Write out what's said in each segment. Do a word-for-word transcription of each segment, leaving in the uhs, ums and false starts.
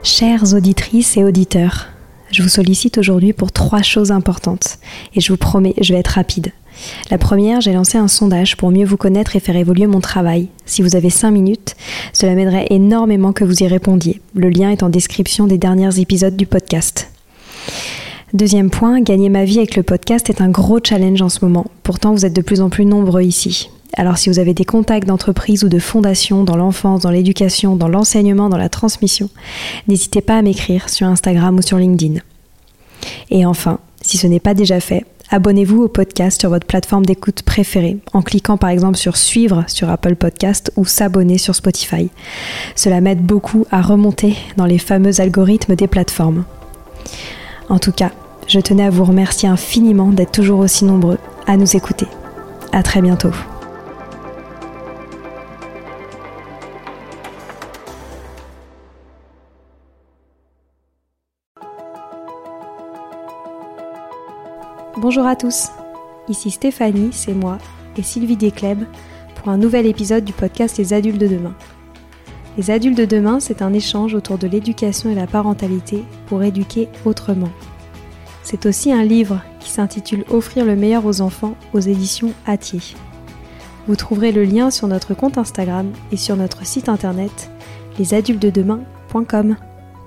Chères auditrices et auditeurs, je vous sollicite aujourd'hui pour trois choses importantes et je vous promets, je vais être rapide. La première, j'ai lancé un sondage pour mieux vous connaître et faire évoluer mon travail. Si vous avez cinq minutes, cela m'aiderait énormément que vous y répondiez. Le lien est en description des derniers épisodes du podcast. Deuxième point, gagner ma vie avec le podcast est un gros challenge en ce moment. Pourtant, vous êtes de plus en plus nombreux ici. Alors si vous avez des contacts d'entreprises ou de fondations dans l'enfance, dans l'éducation, dans l'enseignement, dans la transmission, n'hésitez pas à m'écrire sur Instagram ou sur LinkedIn. Et enfin, si ce n'est pas déjà fait, abonnez-vous au podcast sur votre plateforme d'écoute préférée en cliquant par exemple sur suivre sur Apple Podcast ou s'abonner sur Spotify. Cela m'aide beaucoup à remonter dans les fameux algorithmes des plateformes. En tout cas, je tenais à vous remercier infiniment d'être toujours aussi nombreux à nous écouter. À très bientôt. Bonjour à tous, ici Stéphanie, c'est moi, et Sylvie Descleb pour un nouvel épisode du podcast Les Adultes de Demain. Les Adultes de Demain, c'est un échange autour de l'éducation et la parentalité pour éduquer autrement. C'est aussi un livre qui s'intitule Offrir le meilleur aux enfants aux éditions Hatier. Vous trouverez le lien sur notre compte Instagram et sur notre site internet les adultes de demain point com.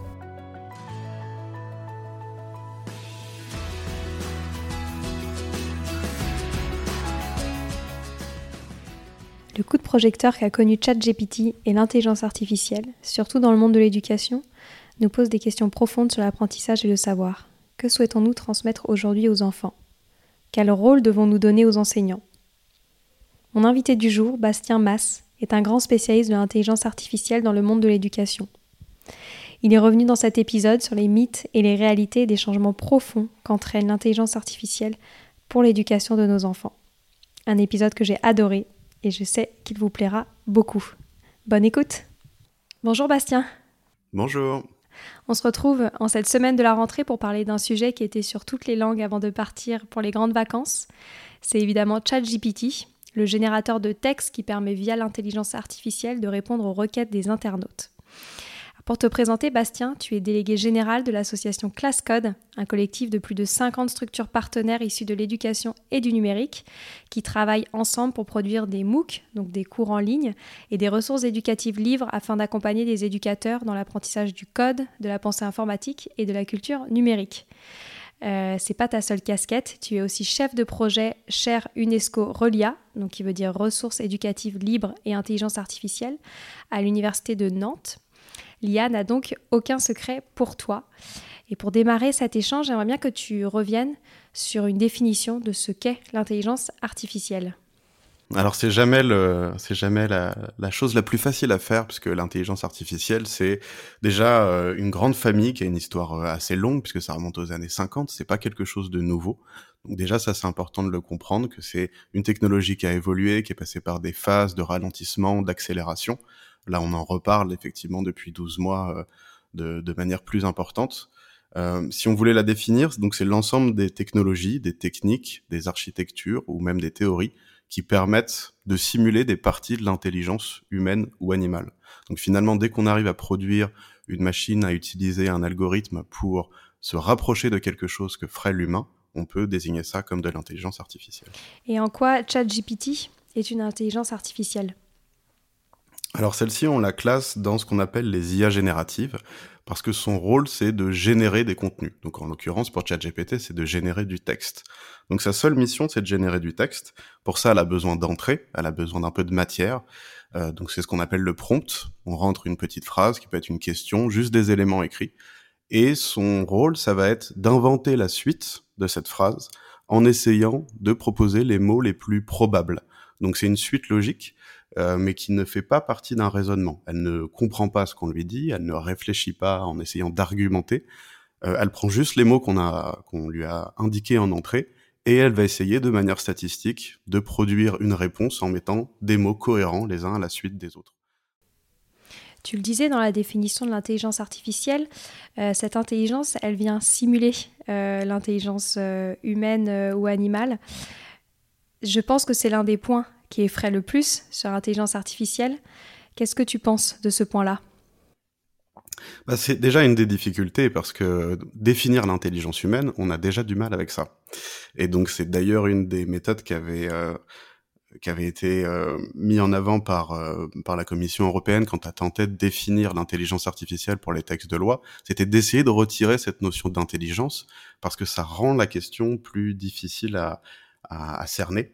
Le coup de projecteur qu'a connu ChatGPT et l'intelligence artificielle, surtout dans le monde de l'éducation, nous pose des questions profondes sur l'apprentissage et le savoir. Que souhaitons-nous transmettre aujourd'hui aux enfants ? Quel rôle devons-nous donner aux enseignants ? Mon invité du jour, Bastien Masse, est un grand spécialiste de l'intelligence artificielle dans le monde de l'éducation. Il est revenu dans cet épisode sur les mythes et les réalités des changements profonds qu'entraîne l'intelligence artificielle pour l'éducation de nos enfants. Un épisode que j'ai adoré et je sais qu'il vous plaira beaucoup. Bonne écoute. Bonjour Bastien. Bonjour. On se retrouve en cette semaine de la rentrée pour parler d'un sujet qui était sur toutes les langues avant de partir pour les grandes vacances. C'est évidemment ChatGPT, le générateur de texte qui permet via l'intelligence artificielle de répondre aux requêtes des internautes. Pour te présenter, Bastien, tu es délégué général de l'association ClassCode, un collectif de plus de cinquante structures partenaires issues de l'éducation et du numérique qui travaillent ensemble pour produire des MOOC, donc des cours en ligne, et des ressources éducatives libres afin d'accompagner les éducateurs dans l'apprentissage du code, de la pensée informatique et de la culture numérique. Euh, c'est pas ta seule casquette, tu es aussi chef de projet Cher UNESCO RELIA, donc qui veut dire ressources éducatives libres et intelligence artificielle, à l'université de Nantes. L'I A n'a donc aucun secret pour toi. Et pour démarrer cet échange, j'aimerais bien que tu reviennes sur une définition de ce qu'est l'intelligence artificielle. Alors c'est jamais le, c'est jamais la, la chose la plus facile à faire, puisque l'intelligence artificielle, c'est déjà euh, une grande famille qui a une histoire euh, assez longue, puisque ça remonte aux années cinquante, c'est pas quelque chose de nouveau. Donc déjà, ça c'est important de le comprendre, que c'est une technologie qui a évolué, qui est passée par des phases de ralentissement, d'accélération. Là, on en reparle effectivement depuis douze mois euh, de, de manière plus importante. Euh, si on voulait la définir, donc c'est l'ensemble des technologies, des techniques, des architectures ou même des théories qui permettent de simuler des parties de l'intelligence humaine ou animale. Donc finalement, dès qu'on arrive à produire une machine, à utiliser un algorithme pour se rapprocher de quelque chose que ferait l'humain, on peut désigner ça comme de l'intelligence artificielle. Et en quoi ChatGPT est une intelligence artificielle ? Alors celle-ci, on la classe dans ce qu'on appelle les I A génératives, parce que son rôle, c'est de générer des contenus. Donc en l'occurrence, pour ChatGPT, c'est de générer du texte. Donc sa seule mission, c'est de générer du texte. Pour ça, elle a besoin d'entrée, elle a besoin d'un peu de matière. Euh, donc c'est ce qu'on appelle le prompt. On rentre une petite phrase qui peut être une question, juste des éléments écrits. Et son rôle, ça va être d'inventer la suite de cette phrase en essayant de proposer les mots les plus probables. Donc c'est une suite logique, euh, mais qui ne fait pas partie d'un raisonnement. Elle ne comprend pas ce qu'on lui dit, elle ne réfléchit pas en essayant d'argumenter. Euh, elle prend juste les mots qu'on a, qu'on lui a indiqués en entrée, et elle va essayer de manière statistique de produire une réponse en mettant des mots cohérents les uns à la suite des autres. Tu le disais dans la définition de l'intelligence artificielle, euh, cette intelligence, elle vient simuler euh, l'intelligence euh, humaine euh, ou animale. Je pense que c'est l'un des points qui effraie le plus sur l'intelligence artificielle. Qu'est-ce que tu penses de ce point-là ? Bah, c'est déjà une des difficultés parce que définir l'intelligence humaine, on a déjà du mal avec ça. Et donc c'est d'ailleurs une des méthodes qui avait euh, qui avait été euh, mis en avant par euh, par la Commission européenne quand elle tentait de définir l'intelligence artificielle pour les textes de loi, c'était d'essayer de retirer cette notion d'intelligence parce que ça rend la question plus difficile à à, à cerner.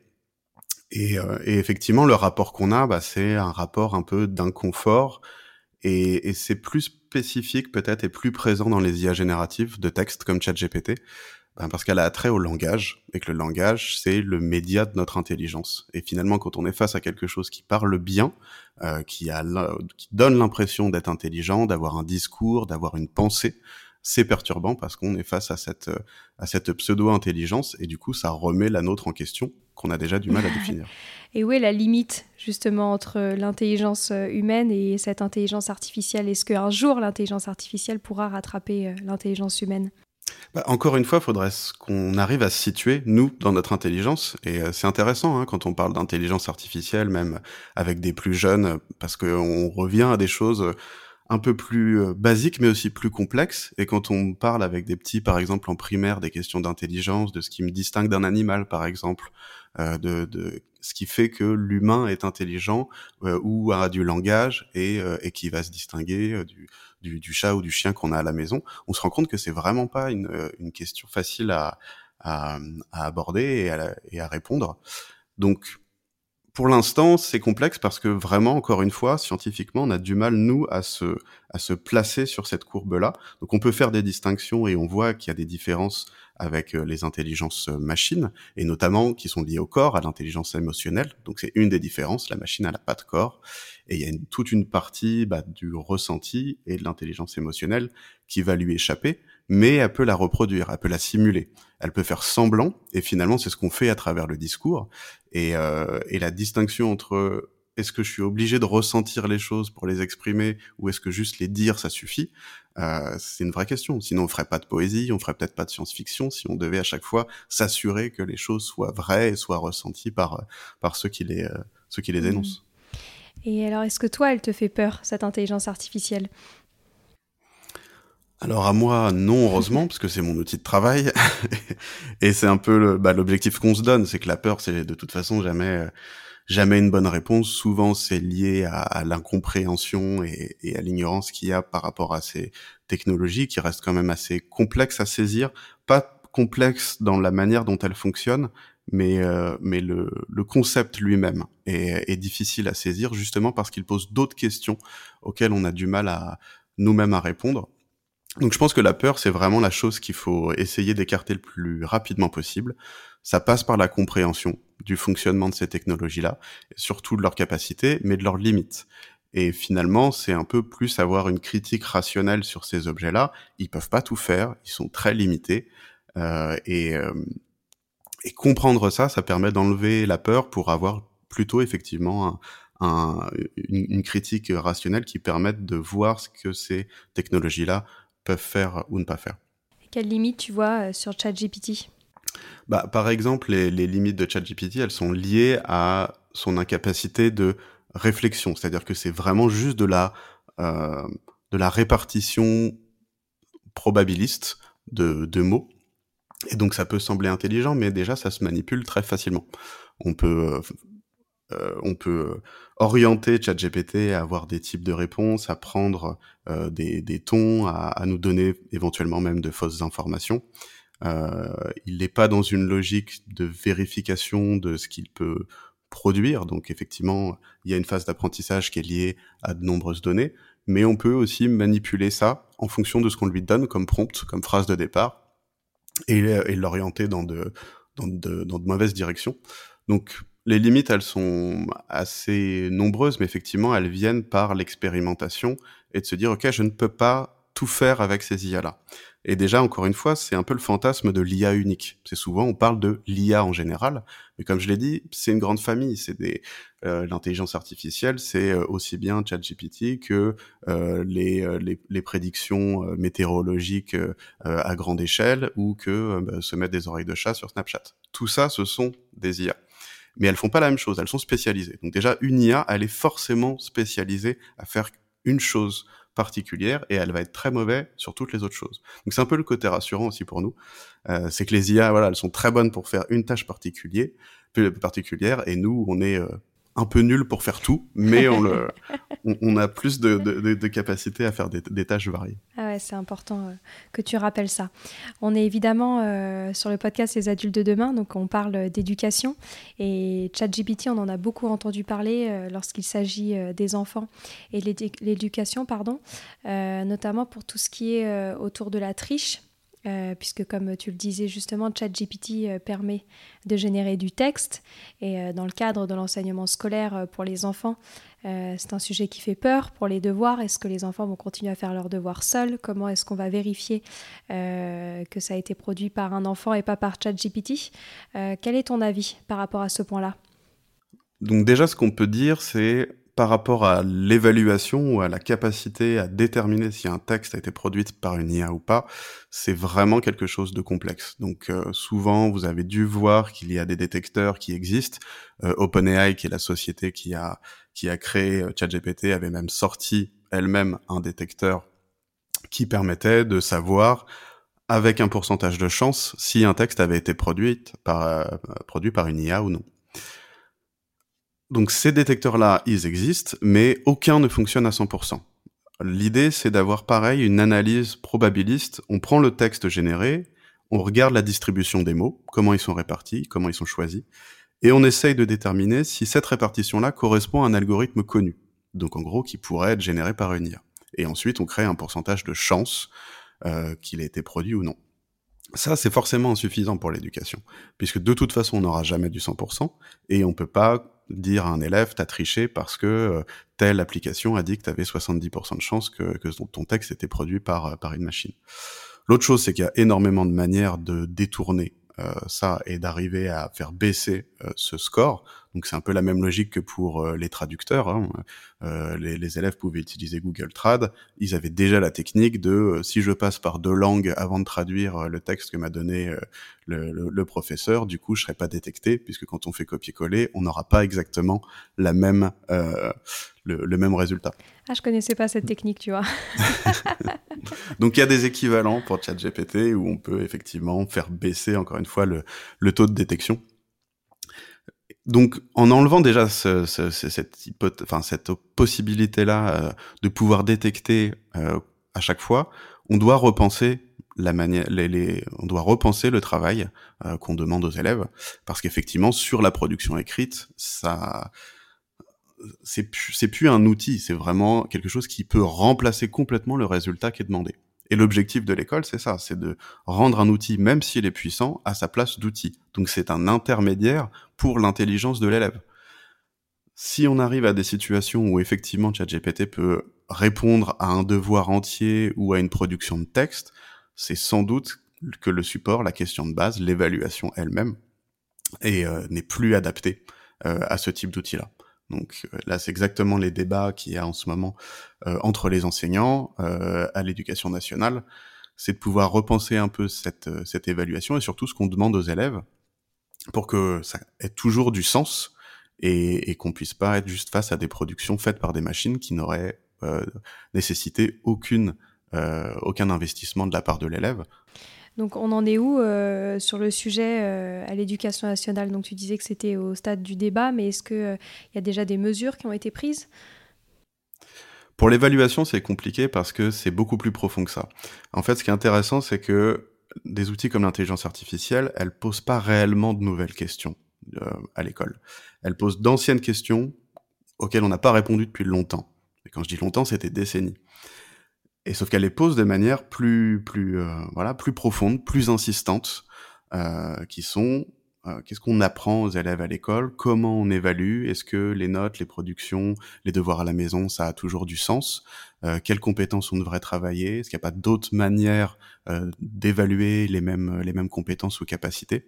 Et, euh, et effectivement, le rapport qu'on a, bah, c'est un rapport un peu d'inconfort. Et, et c'est plus spécifique peut-être et plus présent dans les I A génératives de texte comme ChatGPT, ben parce qu'elle a attrait au langage, et que le langage, c'est le média de notre intelligence. Et finalement, quand on est face à quelque chose qui parle bien, euh, qui, a, qui donne l'impression d'être intelligent, d'avoir un discours, d'avoir une pensée, c'est perturbant parce qu'on est face à cette, à cette pseudo-intelligence, et du coup, ça remet la nôtre en question, qu'on a déjà du mal à définir. Et où est la limite, justement, entre l'intelligence humaine et cette intelligence artificielle ? Est-ce qu'un jour, l'intelligence artificielle pourra rattraper l'intelligence humaine ? Bah, encore une fois, il faudrait qu'on arrive à se situer, nous, dans notre intelligence. Et euh, c'est intéressant hein, quand on parle d'intelligence artificielle, même avec des plus jeunes, parce qu'on revient à des choses un peu plus euh, basiques, mais aussi plus complexes. Et quand on parle avec des petits, par exemple, en primaire, des questions d'intelligence, de ce qui me distingue d'un animal, par exemple, euh, de, de ce qui fait que l'humain est intelligent euh, ou a du langage et, euh, et qui va se distinguer euh, du, du, du chat ou du chien qu'on a à la maison, on se rend compte que c'est vraiment pas une, une question facile à, à, à aborder et à, et à répondre. Donc, pour l'instant, c'est complexe parce que vraiment, encore une fois, scientifiquement, on a du mal, nous, à se, à se placer sur cette courbe-là. Donc, on peut faire des distinctions et on voit qu'il y a des différences avec les intelligences machines, et notamment qui sont liées au corps, à l'intelligence émotionnelle. Donc, c'est une des différences. La machine, elle n'a pas de corps. Et il y a une, toute une partie bah, du ressenti et de l'intelligence émotionnelle qui va lui échapper, mais elle peut la reproduire, elle peut la simuler. Elle peut faire semblant, et finalement, c'est ce qu'on fait à travers le discours. Et, euh, et la distinction entre est-ce que je suis obligé de ressentir les choses pour les exprimer ou est-ce que juste les dire ça suffit, euh, c'est une vraie question. Sinon on ferait pas de poésie, on ferait peut-être pas de science-fiction si on devait à chaque fois s'assurer que les choses soient vraies et soient ressenties par par ceux qui les euh, ceux qui les énoncent. Et alors est-ce que toi elle te fait peur cette intelligence artificielle ? Alors à moi, non, heureusement, parce que c'est mon outil de travail. Et c'est un peu le, bah, l'objectif qu'on se donne, c'est que la peur, c'est de toute façon jamais, jamais une bonne réponse. Souvent, c'est lié à, à l'incompréhension et, et à l'ignorance qu'il y a par rapport à ces technologies qui restent quand même assez complexes à saisir. Pas complexes dans la manière dont elles fonctionnent, mais, euh, mais le, le concept lui-même est, est difficile à saisir, justement parce qu'il pose d'autres questions auxquelles on a du mal à nous-mêmes à répondre. Donc je pense que la peur, c'est vraiment la chose qu'il faut essayer d'écarter le plus rapidement possible. Ça passe par la compréhension du fonctionnement de ces technologies-là, surtout de leurs capacités, mais de leurs limites. Et finalement, c'est un peu plus avoir une critique rationnelle sur ces objets-là. Ils peuvent pas tout faire, ils sont très limités. Euh, et, euh, et comprendre ça, ça permet d'enlever la peur pour avoir plutôt effectivement un, un, une, une critique rationnelle qui permette de voir ce que ces technologies-là peuvent faire ou ne pas faire. Quelles limites tu vois euh, sur ChatGPT ? Bah, par exemple, les, les limites de ChatGPT, elles sont liées à son incapacité de réflexion. C'est-à-dire que c'est vraiment juste de la, euh, de la répartition probabiliste de, de mots. Et donc ça peut sembler intelligent, mais déjà ça se manipule très facilement. On peut... Euh, on peut orienter ChatGPT à avoir des types de réponses, à prendre euh, des, des tons, à, à nous donner éventuellement même de fausses informations. Euh, il n'est pas dans une logique de vérification de ce qu'il peut produire. Donc effectivement, il y a une phase d'apprentissage qui est liée à de nombreuses données, mais on peut aussi manipuler ça en fonction de ce qu'on lui donne comme prompt, comme phrase de départ, et, et l'orienter dans de, dans, de, dans de mauvaises directions. Donc les limites, elles sont assez nombreuses, mais effectivement, elles viennent par l'expérimentation et de se dire, OK, je ne peux pas tout faire avec ces I A-là. Et déjà, encore une fois, c'est un peu le fantasme de l'I A unique. C'est souvent, on parle de l'I A en général, mais comme je l'ai dit, c'est une grande famille. C'est des, euh, l'intelligence artificielle, c'est aussi bien ChatGPT que euh, les, les, les prédictions météorologiques euh, à grande échelle ou que euh, se mettre des oreilles de chat sur Snapchat. Tout ça, ce sont des I A. Mais elles font pas la même chose, elles sont spécialisées. Donc déjà, une I A, elle est forcément spécialisée à faire une chose particulière et elle va être très mauvaise sur toutes les autres choses. Donc c'est un peu le côté rassurant aussi pour nous, euh, c'est que les I A, voilà, elles sont très bonnes pour faire une tâche particulière, particulière et nous, on est euh, un peu nuls pour faire tout, mais on, le, on, on a plus de, de, de, de capacité à faire des, des tâches variées. Ah ouais, c'est important euh, que tu rappelles ça. On est évidemment euh, sur le podcast Les Adultes de Demain, donc on parle d'éducation. Et ChatGPT, on en a beaucoup entendu parler euh, lorsqu'il s'agit euh, des enfants et de l'éducation, pardon, euh, notamment pour tout ce qui est euh, autour de la triche. Euh, puisque comme tu le disais justement, ChatGPT euh, permet de générer du texte et euh, dans le cadre de l'enseignement scolaire euh, pour les enfants, euh, c'est un sujet qui fait peur pour les devoirs. Est-ce que les enfants vont continuer à faire leurs devoirs seuls? Comment est-ce qu'on va vérifier euh, que ça a été produit par un enfant et pas par ChatGPT? euh, Quel est ton avis par rapport à ce point-là? Donc déjà, ce qu'on peut dire, c'est par rapport à l'évaluation ou à la capacité à déterminer si un texte a été produit par une I A ou pas, c'est vraiment quelque chose de complexe. Donc euh, souvent, vous avez dû voir qu'il y a des détecteurs qui existent. Euh, OpenAI, qui est la société qui a qui a créé euh, ChatGPT, avait même sorti elle-même un détecteur qui permettait de savoir avec un pourcentage de chance si un texte avait été produit par euh, produit par une I A ou non. Donc ces détecteurs-là, ils existent, mais aucun ne fonctionne à cent pour cent. L'idée, c'est d'avoir pareil une analyse probabiliste. On prend le texte généré, on regarde la distribution des mots, comment ils sont répartis, comment ils sont choisis, et on essaye de déterminer si cette répartition-là correspond à un algorithme connu. Donc en gros, qui pourrait être généré par une I A. Et ensuite, on crée un pourcentage de chance euh, qu'il ait été produit ou non. Ça, c'est forcément insuffisant pour l'éducation, puisque de toute façon, on n'aura jamais du cent pour cent, et on peut pas dire à un élève, t'as triché parce que euh, telle application a dit que t'avais soixante-dix pour cent de chance que, que ton texte était produit par, par une machine. L'autre chose, c'est qu'il y a énormément de manières de détourner euh, ça et d'arriver à faire baisser euh, ce score. Donc c'est un peu la même logique que pour euh, les traducteurs. Hein. Euh, les, les élèves pouvaient utiliser Google Trad. Ils avaient déjà la technique de euh, si je passe par deux langues avant de traduire euh, le texte que m'a donné euh, le, le, le professeur, du coup je serai pas détecté, puisque quand on fait copier-coller, on n'aura pas exactement la même euh, le, le même résultat. Ah, je connaissais pas cette technique, tu vois. Donc il y a des équivalents pour ChatGPT où on peut effectivement faire baisser encore une fois le, le taux de détection. Donc en enlevant déjà ce, ce, cette, hypoth- enfin, cette possibilité-là euh, de pouvoir détecter euh, à chaque fois, on doit repenser la manière, les, les, on doit repenser le travail euh, qu'on demande aux élèves, parce qu'effectivement sur la production écrite, ça c'est plus, c'est plus un outil, c'est vraiment quelque chose qui peut remplacer complètement le résultat qui est demandé. Et l'objectif de l'école, c'est ça, c'est de rendre un outil, même s'il est puissant, à sa place d'outil. Donc c'est un intermédiaire pour l'intelligence de l'élève. Si on arrive à des situations où effectivement ChatGPT peut répondre à un devoir entier ou à une production de texte, c'est sans doute que le support, la question de base, l'évaluation elle-même, est, euh, n'est plus adaptée euh, à ce type d'outil-là. Donc euh, là, c'est exactement les débats qu'il y a en ce moment euh, entre les enseignants euh, à l'éducation nationale, c'est de pouvoir repenser un peu cette, euh, cette évaluation et surtout ce qu'on demande aux élèves pour que ça ait toujours du sens et, et qu'on puisse pas être juste face à des productions faites par des machines qui n'auraient euh, nécessité aucune, euh, aucun investissement de la part de l'élève. Donc on en est où euh, sur le sujet euh, à l'éducation nationale? Donc tu disais que c'était au stade du débat, mais est-ce qu'il euh, y a déjà des mesures qui ont été prises? Pour l'évaluation, c'est compliqué parce que c'est beaucoup plus profond que ça. En fait, ce qui est intéressant, c'est que des outils comme l'intelligence artificielle, elles posent pas réellement de nouvelles questions euh, à l'école. Elles posent d'anciennes questions auxquelles on n'a pas répondu depuis longtemps. Et quand je dis longtemps, c'était décennies. Et sauf qu'elle les pose de manière plus, plus, euh, voilà, plus profonde, plus insistante, euh, qui sont euh, qu'est-ce qu'on apprend aux élèves à l'école, comment on évalue, est-ce que les notes, les productions, les devoirs à la maison, ça a toujours du sens, euh, quelles compétences on devrait travailler, est-ce qu'il n'y a pas d'autres manières euh, d'évaluer les mêmes, les mêmes compétences ou capacités.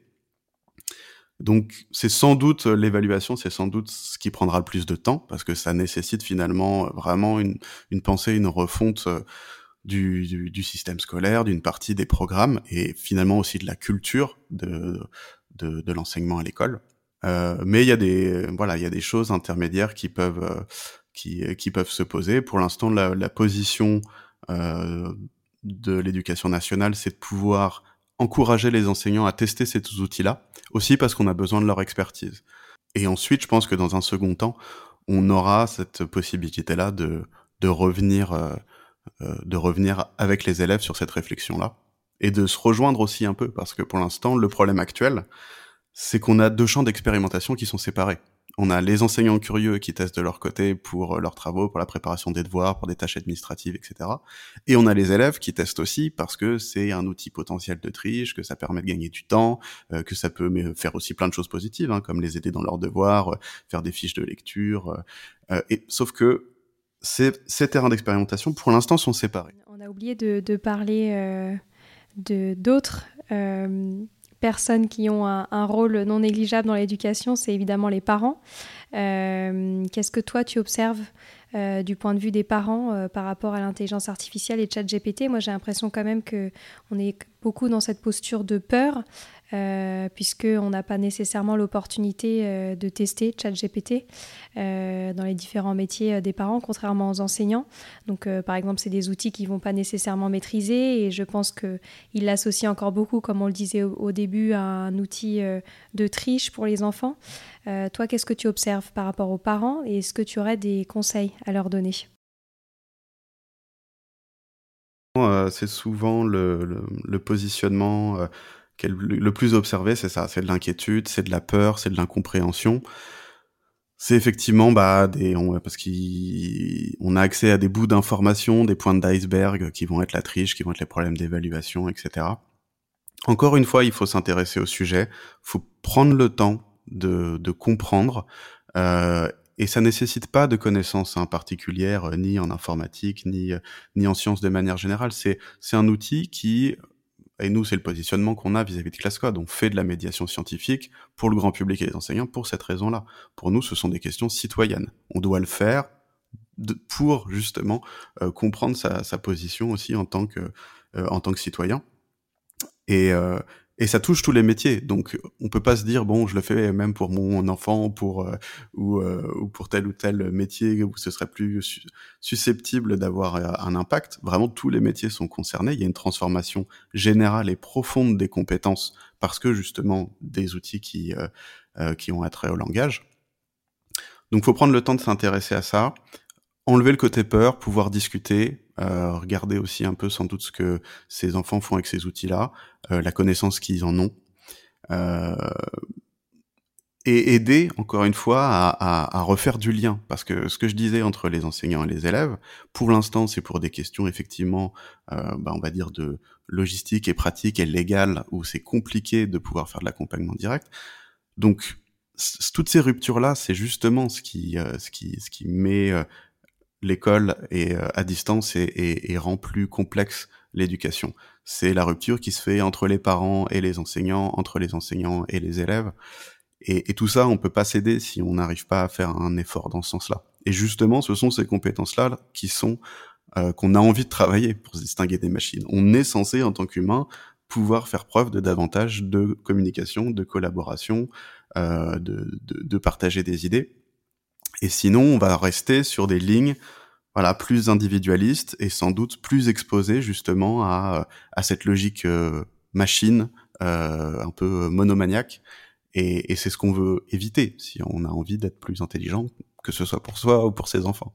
Donc c'est sans doute l'évaluation, c'est sans doute ce qui prendra le plus de temps, parce que ça nécessite finalement vraiment une, une pensée, une refonte du, du, du système scolaire, d'une partie des programmes, et finalement aussi de la culture de, de, de l'enseignement à l'école. Euh, mais il y a des voilà, il y a des choses intermédiaires qui peuvent euh, qui, qui peuvent se poser. Pour l'instant, la, la position euh, de l'éducation nationale, c'est de pouvoir encourager les enseignants à tester ces outils-là, aussi parce qu'on a besoin de leur expertise. Et ensuite, je pense que dans un second temps, on aura cette possibilité-là de, de revenir, euh, euh, de revenir avec les élèves sur cette réflexion-là, et de se rejoindre aussi un peu, parce que pour l'instant, le problème actuel, c'est qu'on a deux champs d'expérimentation qui sont séparés. On a les enseignants curieux qui testent de leur côté pour leurs travaux, pour la préparation des devoirs, pour des tâches administratives, et cetera. Et on a les élèves qui testent aussi parce que c'est un outil potentiel de triche, que ça permet de gagner du temps, euh, que ça peut faire aussi plein de choses positives, hein, comme les aider dans leurs devoirs, euh, faire des fiches de lecture. Euh, et, sauf que ces, ces terrains d'expérimentation, pour l'instant, sont séparés. On a oublié de, de parler euh, de d'autres euh, personnes qui ont un, un rôle non négligeable dans l'éducation, c'est évidemment les parents. Euh, qu'est-ce que toi tu observes euh, du point de vue des parents euh, par rapport à l'intelligence artificielle et ChatGPT? Moi j'ai l'impression quand même qu'on est beaucoup dans cette posture de peur, euh, puisqu'on n'a pas nécessairement l'opportunité euh, de tester ChatGPT euh, dans les différents métiers des parents, contrairement aux enseignants. Donc euh, par exemple c'est des outils qu'ils ne vont pas nécessairement maîtriser, et je pense qu'ils l'associent encore beaucoup, comme on le disait au, au début, à un outil euh, de triche pour les enfants. Euh, toi, qu'est-ce que tu observes par rapport aux parents, et est-ce que tu aurais des conseils à leur donner? euh, C'est souvent le, le, le positionnement euh, qui est le, le plus observé, c'est ça, c'est de l'inquiétude, c'est de la peur, c'est de l'incompréhension. C'est effectivement bah des on, parce qu'on a accès à des bouts d'informations, des points d'iceberg qui vont être la triche, qui vont être les problèmes d'évaluation, et cetera. Encore une fois, il faut s'intéresser au sujet, faut prendre le temps de, de comprendre, euh, et ça nécessite pas de connaissances hein, particulières, euh, ni en informatique, ni ni en sciences de manière générale. C'est c'est un outil qui, et nous, c'est le positionnement qu'on a vis-à-vis de ClassCode. On fait de la médiation scientifique pour le grand public et les enseignants pour cette raison-là. Pour nous, ce sont des questions citoyennes. On doit le faire de, pour justement euh, comprendre sa, sa position aussi en tant que euh, en tant que citoyen. Et euh, et ça touche tous les métiers. Donc, on peut pas se dire bon, je le fais même pour mon enfant, pour euh, ou euh, ou pour tel ou tel métier où ce serait plus su- susceptible d'avoir euh, un impact. Vraiment, tous les métiers sont concernés. Il y a une transformation générale et profonde des compétences parce que justement des outils qui euh, euh, qui ont attrait au langage. Donc, faut prendre le temps de s'intéresser à ça, enlever le côté peur, pouvoir discuter, euh, regarder aussi un peu sans doute ce que ces enfants font avec ces outils-là, euh, la connaissance qu'ils en ont, euh, et aider, encore une fois, à, à, à refaire du lien. Parce que ce que je disais entre les enseignants et les élèves, pour l'instant, c'est pour des questions, effectivement, euh, bah, on va dire de logistique et pratique et légale, où c'est compliqué de pouvoir faire de l'accompagnement direct. Donc, c- toutes ces ruptures-là, c'est justement ce qui, euh, ce qui, ce qui met euh, l'école et, euh, à distance et, et, et rend plus complexe l'éducation. C'est la rupture qui se fait entre les parents et les enseignants, entre les enseignants et les élèves. Et, et tout ça, on peut pas s'aider si on n'arrive pas à faire un effort dans ce sens-là. Et justement, ce sont ces compétences-là qui sont euh, qu'on a envie de travailler pour se distinguer des machines. On est censé, en tant qu'humain, pouvoir faire preuve de davantage de communication, de collaboration, euh, de, de, de partager des idées. Et sinon, on va rester sur des lignes voilà, plus individualistes et sans doute plus exposées justement à, à cette logique euh, machine, euh, un peu monomaniaque. Et, et c'est ce qu'on veut éviter si on a envie d'être plus intelligent, que ce soit pour soi ou pour ses enfants.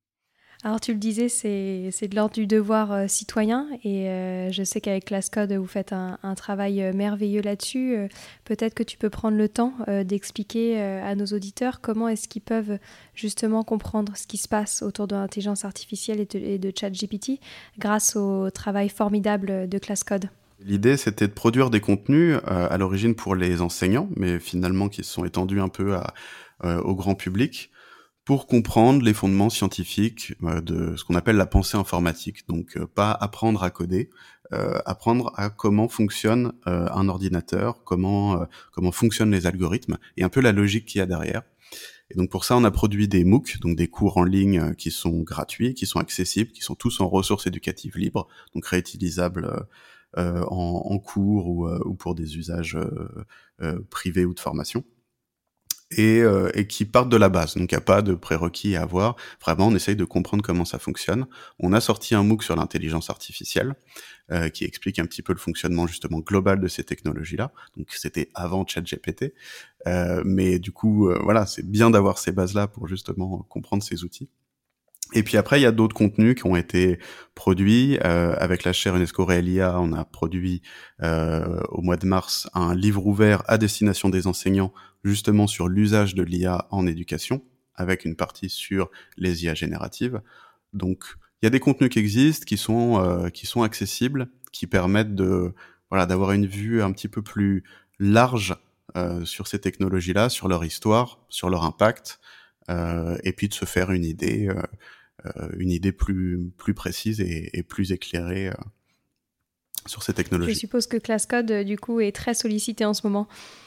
Alors tu le disais, c'est, c'est de l'ordre du devoir euh, citoyen, et euh, je sais qu'avec ClassCode, vous faites un, un travail euh, merveilleux là-dessus. Euh, peut-être que tu peux prendre le temps euh, d'expliquer euh, à nos auditeurs comment est-ce qu'ils peuvent justement comprendre ce qui se passe autour de l'intelligence artificielle et de, et de ChatGPT grâce au travail formidable de ClassCode. L'idée, c'était de produire des contenus euh, à l'origine pour les enseignants, mais finalement qui se sont étendus un peu à, euh, au grand public, pour comprendre les fondements scientifiques euh, de ce qu'on appelle la pensée informatique. Donc, euh, pas apprendre à coder, euh, apprendre à comment fonctionne euh, un ordinateur, comment euh, comment fonctionnent les algorithmes, et un peu la logique qu'il y a derrière. Et donc pour ça, on a produit des MOOC, donc des cours en ligne euh, qui sont gratuits, qui sont accessibles, qui sont tous en ressources éducatives libres, donc réutilisables euh, euh, en, en cours ou, euh, ou pour des usages euh, euh, privés ou de formation. et, euh, et qui partent de la base. Donc, il n'y a pas de prérequis à avoir. Vraiment, on essaye de comprendre comment ça fonctionne. On a sorti un MOOC sur l'intelligence artificielle euh, qui explique un petit peu le fonctionnement justement global de ces technologies-là. Donc, c'était avant ChatGPT. Euh, mais du coup, euh, voilà, c'est bien d'avoir ces bases-là pour justement comprendre ces outils. Et puis après, il y a d'autres contenus qui ont été produits. Euh, avec la chaire UNESCO Réel I A, on a produit euh, au mois de mars un livre ouvert à destination des enseignants, justement sur l'usage de l'I A en éducation, avec une partie sur les I A génératives. Donc, il y a des contenus qui existent, qui sont euh, qui sont accessibles, qui permettent de voilà d'avoir une vue un petit peu plus large euh, sur ces technologies-là, sur leur histoire, sur leur impact, euh, et puis de se faire une idée. Euh, Euh, une idée plus plus précise et, et plus éclairée euh, sur ces technologies. Je suppose que ClassCode, euh, du coup, est très sollicité en ce moment.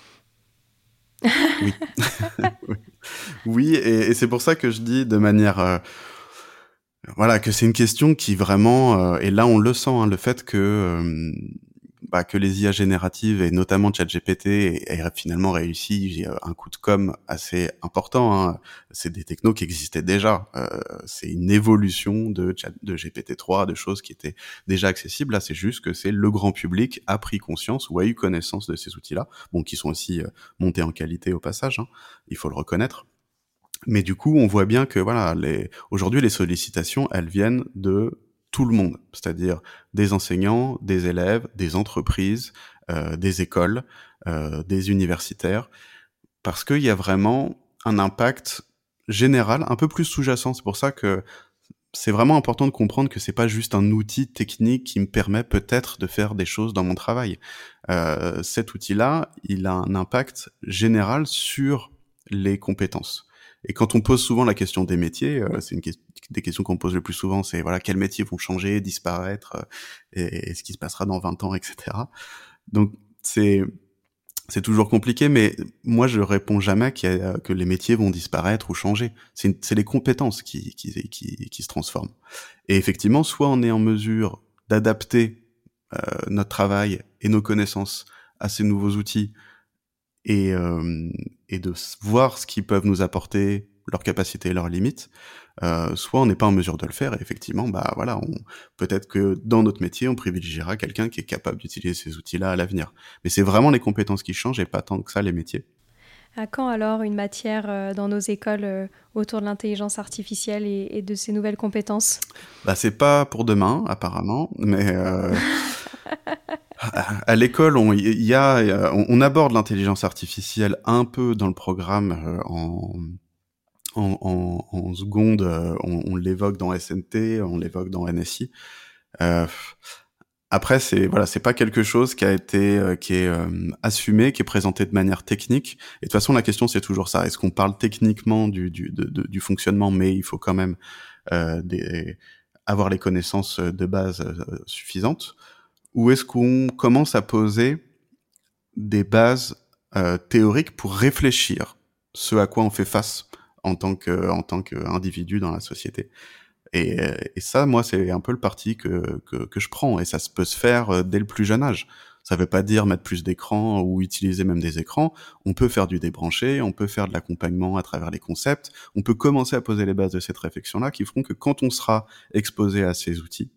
Oui, oui, oui et, et c'est pour ça que je dis de manière euh, voilà que c'est une question qui vraiment euh, et là on le sent hein, le fait que euh, bah, que les I A génératives et notamment ChatGPT aient finalement réussi un coup de com assez important. Hein. C'est des technos qui existaient déjà. Euh, c'est une évolution de, Chat, de G P T trois, de choses qui étaient déjà accessibles. Là, c'est juste que c'est le grand public a pris conscience ou a eu connaissance de ces outils-là, bon, qui sont aussi euh, montés en qualité au passage. Hein. Il faut le reconnaître. Mais du coup, on voit bien que voilà, les... aujourd'hui, les sollicitations, elles viennent de tout le monde, c'est-à-dire des enseignants, des élèves, des entreprises, euh, des écoles, euh, des universitaires, parce qu'il y a vraiment un impact général, un peu plus sous-jacent. C'est pour ça que c'est vraiment important de comprendre que c'est pas juste un outil technique qui me permet peut-être de faire des choses dans mon travail. Euh, cet outil-là, il a un impact général sur les compétences. Et quand on pose souvent la question des métiers, euh, c'est une que- des questions qu'on pose le plus souvent, c'est voilà quels métiers vont changer, disparaître, euh, et, et ce qui se passera dans vingt ans, et cetera. Donc c'est c'est toujours compliqué, mais moi je réponds jamais qu'il y a, que les métiers vont disparaître ou changer. C'est, une, c'est les compétences qui, qui qui qui se transforment. Et effectivement, soit on est en mesure d'adapter euh, notre travail et nos connaissances à ces nouveaux outils et, euh, et de voir ce qu'ils peuvent nous apporter, leurs capacités et leurs limites, euh, soit on n'est pas en mesure de le faire, et effectivement, bah voilà, on, peut-être que dans notre métier, on privilégiera quelqu'un qui est capable d'utiliser ces outils-là à l'avenir. Mais c'est vraiment les compétences qui changent et pas tant que ça les métiers. À quand alors une matière euh, dans nos écoles euh, autour de l'intelligence artificielle et, et de ces nouvelles compétences ? Bah c'est pas pour demain, apparemment, mais... Euh... À l'école, on y y a, on aborde l'intelligence artificielle un peu dans le programme euh, en, en, en, en seconde, euh, on, on l'évoque dans S N T, on l'évoque dans N S I. Euh, après, c'est voilà, c'est pas quelque chose qui a été, euh, qui est euh, assumé, qui est présenté de manière technique. Et de toute façon, la question c'est toujours ça est-ce qu'on parle techniquement du du de, de, du fonctionnement, mais il faut quand même euh, des, avoir les connaissances de base euh, suffisantes. Ou est-ce qu'on commence à poser des bases euh, théoriques pour réfléchir ce à quoi on fait face en tant que en tant qu'individu dans la société. Et, et ça, moi, c'est un peu le parti que, que que je prends. Et ça se peut se faire dès le plus jeune âge. Ça veut pas dire mettre plus d'écrans ou utiliser même des écrans. On peut faire du débranché, on peut faire de l'accompagnement à travers les concepts. On peut commencer à poser les bases de cette réflexion-là qui feront que quand on sera exposé à ces outils,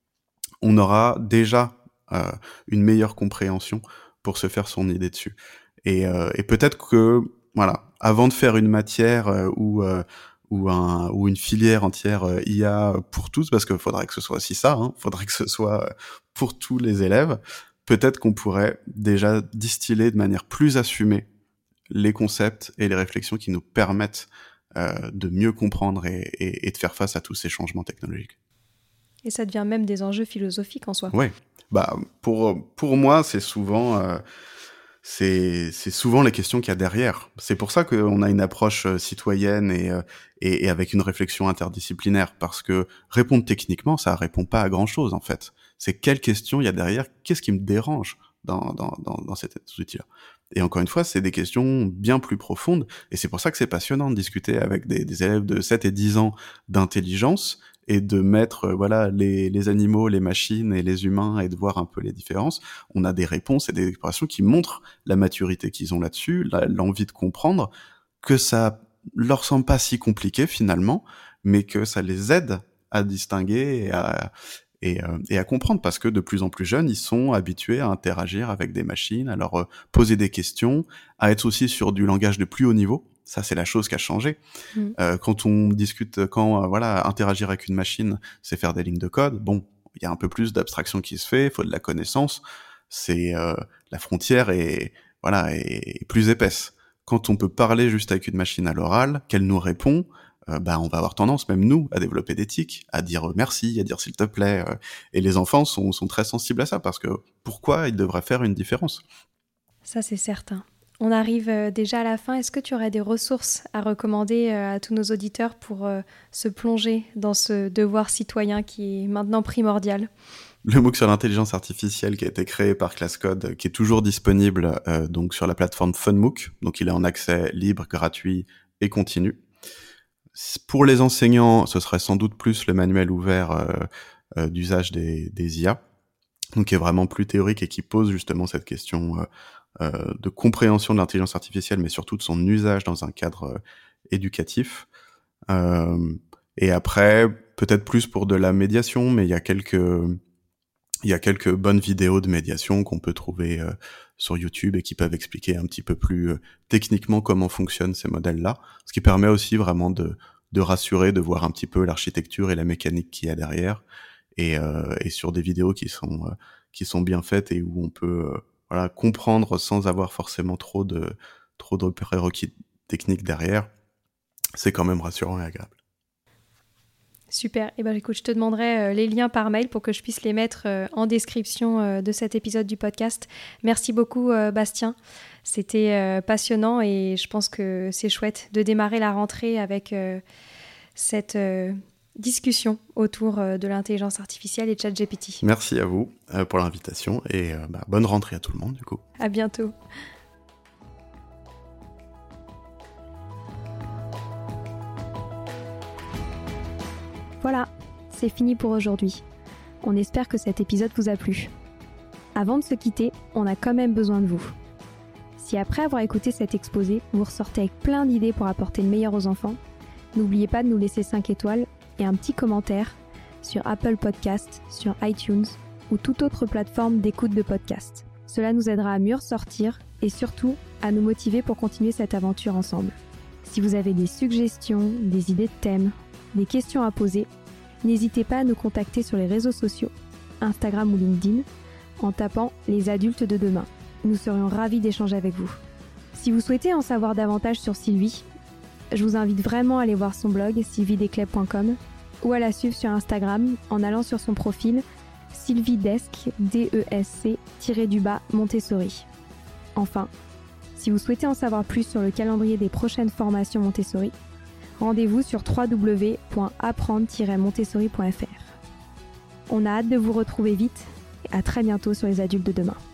on aura déjà euh, une meilleure compréhension pour se faire son idée dessus. Et, euh, et peut-être que, voilà, avant de faire une matière euh, ou euh, ou un ou une filière entière euh, I A pour tous, parce qu'il faudrait que ce soit aussi ça, hein, faudrait que ce soit pour tous les élèves. Peut-être qu'on pourrait déjà distiller de manière plus assumée les concepts et les réflexions qui nous permettent euh, de mieux comprendre et, et, et de faire face à tous ces changements technologiques. Et ça devient même des enjeux philosophiques en soi. Ouais. Bah pour pour moi c'est souvent euh, c'est c'est souvent les questions qu'il y a derrière. C'est pour ça qu'on a une approche euh, citoyenne et, euh, et et avec une réflexion interdisciplinaire, parce que répondre techniquement ça répond pas à grand chose en fait. C'est quelles questions il y a derrière, qu'est-ce qui me dérange dans dans dans dans cet outil-là. Et encore une fois, c'est des questions bien plus profondes, et c'est pour ça que c'est passionnant de discuter avec des, des élèves de sept et dix ans d'intelligence et de mettre euh, voilà les, les animaux, les machines et les humains et de voir un peu les différences. On a des réponses et des explorations qui montrent la maturité qu'ils ont là-dessus, la, l'envie de comprendre, que ça leur semble pas si compliqué finalement, mais que ça les aide à distinguer et à, et, euh, et à comprendre, parce que de plus en plus jeunes, ils sont habitués à interagir avec des machines, à leur euh, poser des questions, à être aussi sur du langage de plus haut niveau. Ça, c'est la chose qui a changé. Mmh. Euh, quand on discute, quand euh, voilà, interagir avec une machine, c'est faire des lignes de code. Bon, il y a un peu plus d'abstraction qui se fait, il faut de la connaissance. C'est euh, la frontière est voilà est, est plus épaisse. Quand on peut parler juste avec une machine à l'oral, qu'elle nous répond, euh, bah on va avoir tendance, même nous, à développer d'éthique, à dire merci, à dire s'il te plaît. Euh, et les enfants sont, sont très sensibles à ça, parce que pourquoi ils devraient faire une différence ? Ça, c'est certain. On arrive déjà à la fin. Est-ce que tu aurais des ressources à recommander à tous nos auditeurs pour euh, se plonger dans ce devoir citoyen qui est maintenant primordial ? Le MOOC sur l'intelligence artificielle qui a été créé par ClassCode, qui est toujours disponible euh, donc sur la plateforme FunMOOC, donc il est en accès libre, gratuit et continu. Pour les enseignants, ce serait sans doute plus le manuel ouvert euh, euh, d'usage des, des I A, donc qui est vraiment plus théorique et qui pose justement cette question euh, euh, de compréhension de l'intelligence artificielle, mais surtout de son usage dans un cadre euh, éducatif. Euh, et après, peut-être plus pour de la médiation, mais il y a quelques... Il y a quelques bonnes vidéos de médiation qu'on peut trouver euh, sur YouTube et qui peuvent expliquer un petit peu plus euh, techniquement comment fonctionnent ces modèles-là, ce qui permet aussi vraiment de, de rassurer, de voir un petit peu l'architecture et la mécanique qu'il y a derrière, et, euh, et sur des vidéos qui sont, euh, qui sont bien faites et où on peut euh, voilà, comprendre sans avoir forcément trop de, trop de prérequis techniques derrière. C'est quand même rassurant et agréable. Super. Eh ben, écoute, je te demanderai euh, les liens par mail pour que je puisse les mettre euh, en description euh, de cet épisode du podcast. Merci beaucoup, euh, Bastien. C'était euh, passionnant et je pense que c'est chouette de démarrer la rentrée avec euh, cette euh, discussion autour euh, de l'intelligence artificielle et ChatGPT. Merci à vous euh, pour l'invitation et euh, bah, bonne rentrée à tout le monde du coup. À bientôt. Voilà, c'est fini pour aujourd'hui. On espère que cet épisode vous a plu. Avant de se quitter, on a quand même besoin de vous. Si après avoir écouté cet exposé, vous ressortez avec plein d'idées pour apporter le meilleur aux enfants, n'oubliez pas de nous laisser cinq étoiles et un petit commentaire sur Apple Podcasts, sur iTunes ou toute autre plateforme d'écoute de podcast. Cela nous aidera à mieux ressortir et surtout à nous motiver pour continuer cette aventure ensemble. Si vous avez des suggestions, des idées de thèmes, des questions à poser, n'hésitez pas à nous contacter sur les réseaux sociaux, Instagram ou LinkedIn, en tapant « Les adultes de demain ». Nous serions ravis d'échanger avec vous. Si vous souhaitez en savoir davantage sur Sylvie, je vous invite vraiment à aller voir son blog sylvie descleb point com ou à la suivre sur Instagram en allant sur son profil sylviedesc, D E S C, tiré du bas, Montessori. Enfin, si vous souhaitez en savoir plus sur le calendrier des prochaines formations Montessori, rendez-vous sur w w w point apprendre tiret montessori point f r. On a hâte de vous retrouver vite et à très bientôt sur les adultes de demain.